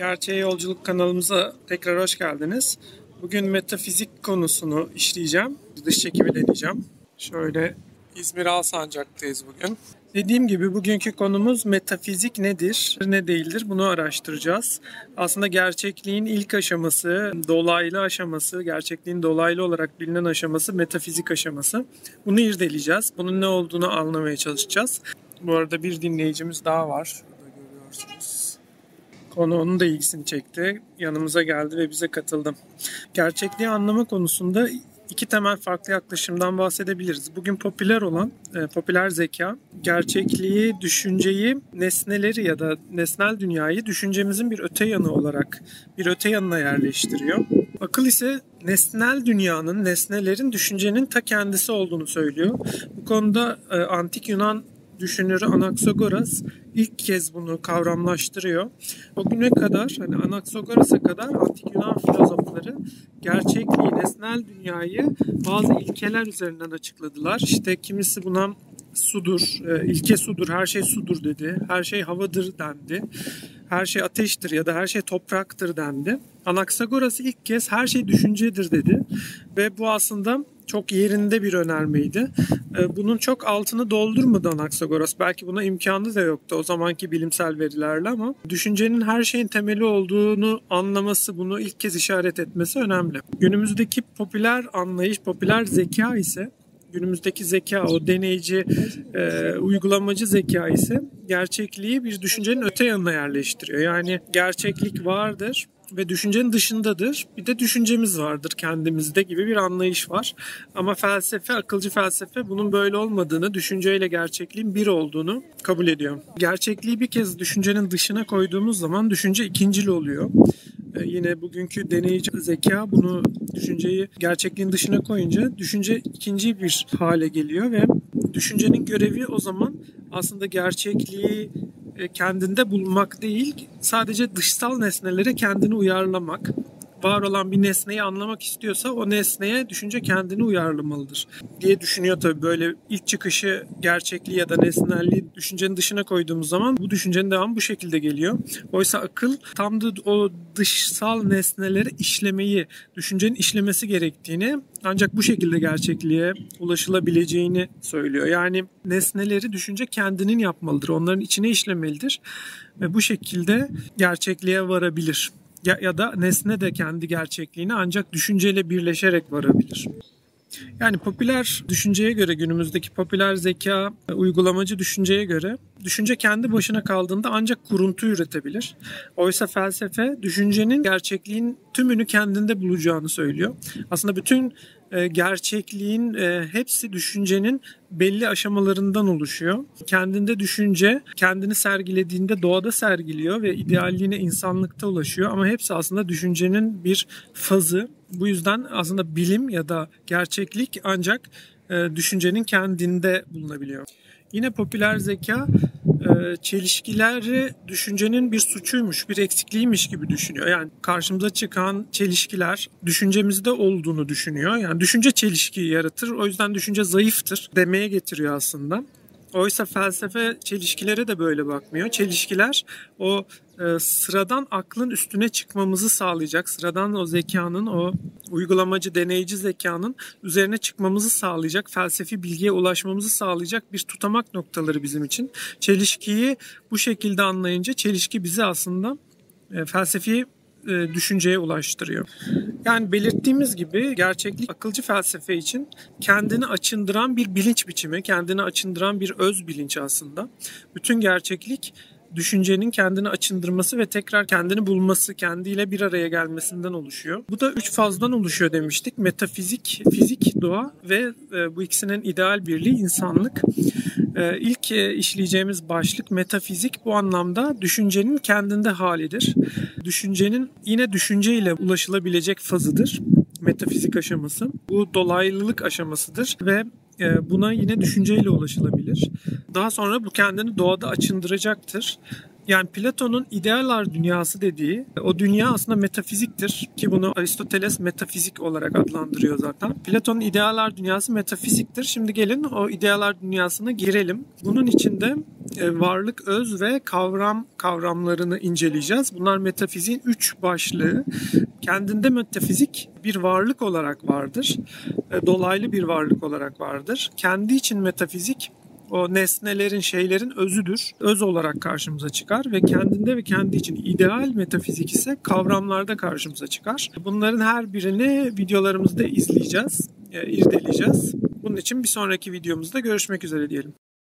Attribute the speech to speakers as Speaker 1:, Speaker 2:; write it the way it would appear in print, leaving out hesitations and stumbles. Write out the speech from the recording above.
Speaker 1: Gerçeğe Yolculuk kanalımıza tekrar hoş geldiniz. Bugün metafizik konusunu işleyeceğim. Dış çekimi deneyeceğim. Şöyle İzmir Alsancak'tayız bugün. Dediğim gibi bugünkü konumuz metafizik nedir, ne değildir bunu araştıracağız. Aslında gerçekliğin ilk aşaması, dolaylı aşaması, gerçekliğin dolaylı olarak bilinen aşaması metafizik aşaması. Bunu irdeleyeceğiz. Bunun ne olduğunu anlamaya çalışacağız. Bu arada bir dinleyicimiz daha var. Şurada görüyorsunuz. Konu onun da ilgisini çekti. Yanımıza geldi ve bize katıldı. Gerçekliği anlama konusunda iki temel farklı yaklaşımdan bahsedebiliriz. Bugün popüler olan popüler zeka, gerçekliği, düşünceyi, nesneleri ya da nesnel dünyayı düşüncemizin bir öte yanı olarak bir öte yanına yerleştiriyor. Akıl ise nesnel dünyanın, nesnelerin düşüncenin ta kendisi olduğunu söylüyor. Bu konuda antik Yunan düşünürü Anaxagoras ilk kez bunu kavramlaştırıyor. O güne kadar, Anaxagoras'a kadar antik Yunan filozofları gerçekliği, nesnel dünyayı bazı ilkeler üzerinden açıkladılar. İşte kimisi buna sudur, ilke sudur, her şey sudur dedi. Her şey havadır dendi. Her şey ateştir ya da her şey topraktır dendi. Anaxagoras ilk kez her şey düşüncedir dedi. Ve bu aslında çok yerinde bir önermeydi. Bunun çok altını doldurmadı Anaxagoras. Belki buna imkanı da yoktu o zamanki bilimsel verilerle ama düşüncenin her şeyin temeli olduğunu anlaması, bunu ilk kez işaret etmesi önemli. Günümüzdeki popüler anlayış, popüler zeka ise günümüzdeki zeka, o deneyici, uygulamacı zeka ise gerçekliği bir düşüncenin öte yanına yerleştiriyor. Yani gerçeklik vardır ve düşüncenin dışındadır. Bir de düşüncemiz vardır kendimizde gibi bir anlayış var. Ama felsefe, akılcı felsefe bunun böyle olmadığını, düşünceyle gerçekliğin bir olduğunu kabul ediyor. Gerçekliği bir kez düşüncenin dışına koyduğumuz zaman düşünce ikincil oluyor. Yine bugünkü deneyici zeka bunu düşünceyi gerçekliğin dışına koyunca düşünce ikinci bir hale geliyor ve düşüncenin görevi o zaman aslında gerçekliği kendinde bulmak değil, sadece dışsal nesnelere kendini uyarlamak. Var olan bir nesneyi anlamak istiyorsa o nesneye düşünce kendini uyarlamalıdır diye düşünüyor tabii. Böyle ilk çıkışı gerçekliği ya da nesnelliği düşüncenin dışına koyduğumuz zaman bu düşüncenin devamı bu şekilde geliyor. Oysa akıl tam da o dışsal nesneleri işlemeyi, düşüncenin işlemesi gerektiğini ancak bu şekilde gerçekliğe ulaşılabileceğini söylüyor. Yani nesneleri düşünce kendinin yapmalıdır, onların içine işlemelidir ve bu şekilde gerçekliğe varabilir. Ya da nesne de kendi gerçekliğine ancak düşünceyle birleşerek varabilir. Yani popüler düşünceye göre, günümüzdeki popüler zeka, uygulamacı düşünceye göre düşünce kendi başına kaldığında ancak kuruntu üretebilir. Oysa felsefe düşüncenin gerçekliğin tümünü kendinde bulacağını söylüyor. Aslında bütün gerçekliğin hepsi düşüncenin belli aşamalarından oluşuyor. Kendinde düşünce kendini sergilediğinde doğada sergiliyor ve idealliğine insanlıkta ulaşıyor. Ama hepsi aslında düşüncenin bir fazı. Bu yüzden aslında bilim ya da gerçeklik ancak düşüncenin kendinde bulunabiliyor. Yine popüler zeka çelişkileri düşüncenin bir suçuymuş, bir eksikliğiymiş gibi düşünüyor. Yani karşımıza çıkan çelişkiler düşüncemizde olduğunu düşünüyor. Yani düşünce çelişkiyi yaratır, o yüzden düşünce zayıftır demeye getiriyor aslında. Oysa felsefe çelişkilere de böyle bakmıyor. Çelişkiler o sıradan aklın üstüne çıkmamızı sağlayacak. Sıradan o zekanın, o uygulamacı, deneyici zekanın üzerine çıkmamızı sağlayacak, felsefi bilgiye ulaşmamızı sağlayacak bir tutamak noktaları bizim için. Çelişkiyi bu şekilde anlayınca çelişki bizi aslında felsefi düşünceye ulaştırıyor. Yani belirttiğimiz gibi gerçeklik akılcı felsefe için kendini açındıran bir bilinç biçimi, kendini açındıran bir öz bilinç aslında. Bütün gerçeklik düşüncenin kendini açındırması ve tekrar kendini bulması, kendiyle bir araya gelmesinden oluşuyor. Bu da 3 fazdan oluşuyor demiştik. Metafizik, fizik, doğa ve bu ikisinin ideal birliği insanlık. İlk işleyeceğimiz başlık metafizik, bu anlamda düşüncenin kendinde halidir. Düşüncenin yine düşünceyle ulaşılabilecek fazıdır. Metafizik aşaması. Bu dolaylılık aşamasıdır ve buna yine düşünceyle ulaşılabilir. Daha sonra bu kendini doğada açındıracaktır. Yani Platon'un idealar dünyası dediği o dünya aslında metafiziktir ki bunu Aristoteles metafizik olarak adlandırıyor zaten. Platon'un idealar dünyası metafiziktir. Şimdi gelin o idealar dünyasına girelim. Bunun içinde varlık, öz ve kavramlarını inceleyeceğiz. Bunlar metafiziğin 3 başlığı. Kendinde metafizik bir varlık olarak vardır. Dolaylı bir varlık olarak vardır. Kendi için metafizik o nesnelerin, şeylerin özüdür. Öz olarak karşımıza çıkar ve kendinde ve kendi için ideal metafizik ise kavramlarda karşımıza çıkar. Bunların her birini videolarımızda izleyeceğiz, irdeleyeceğiz. Bunun için bir sonraki videomuzda görüşmek üzere diyelim.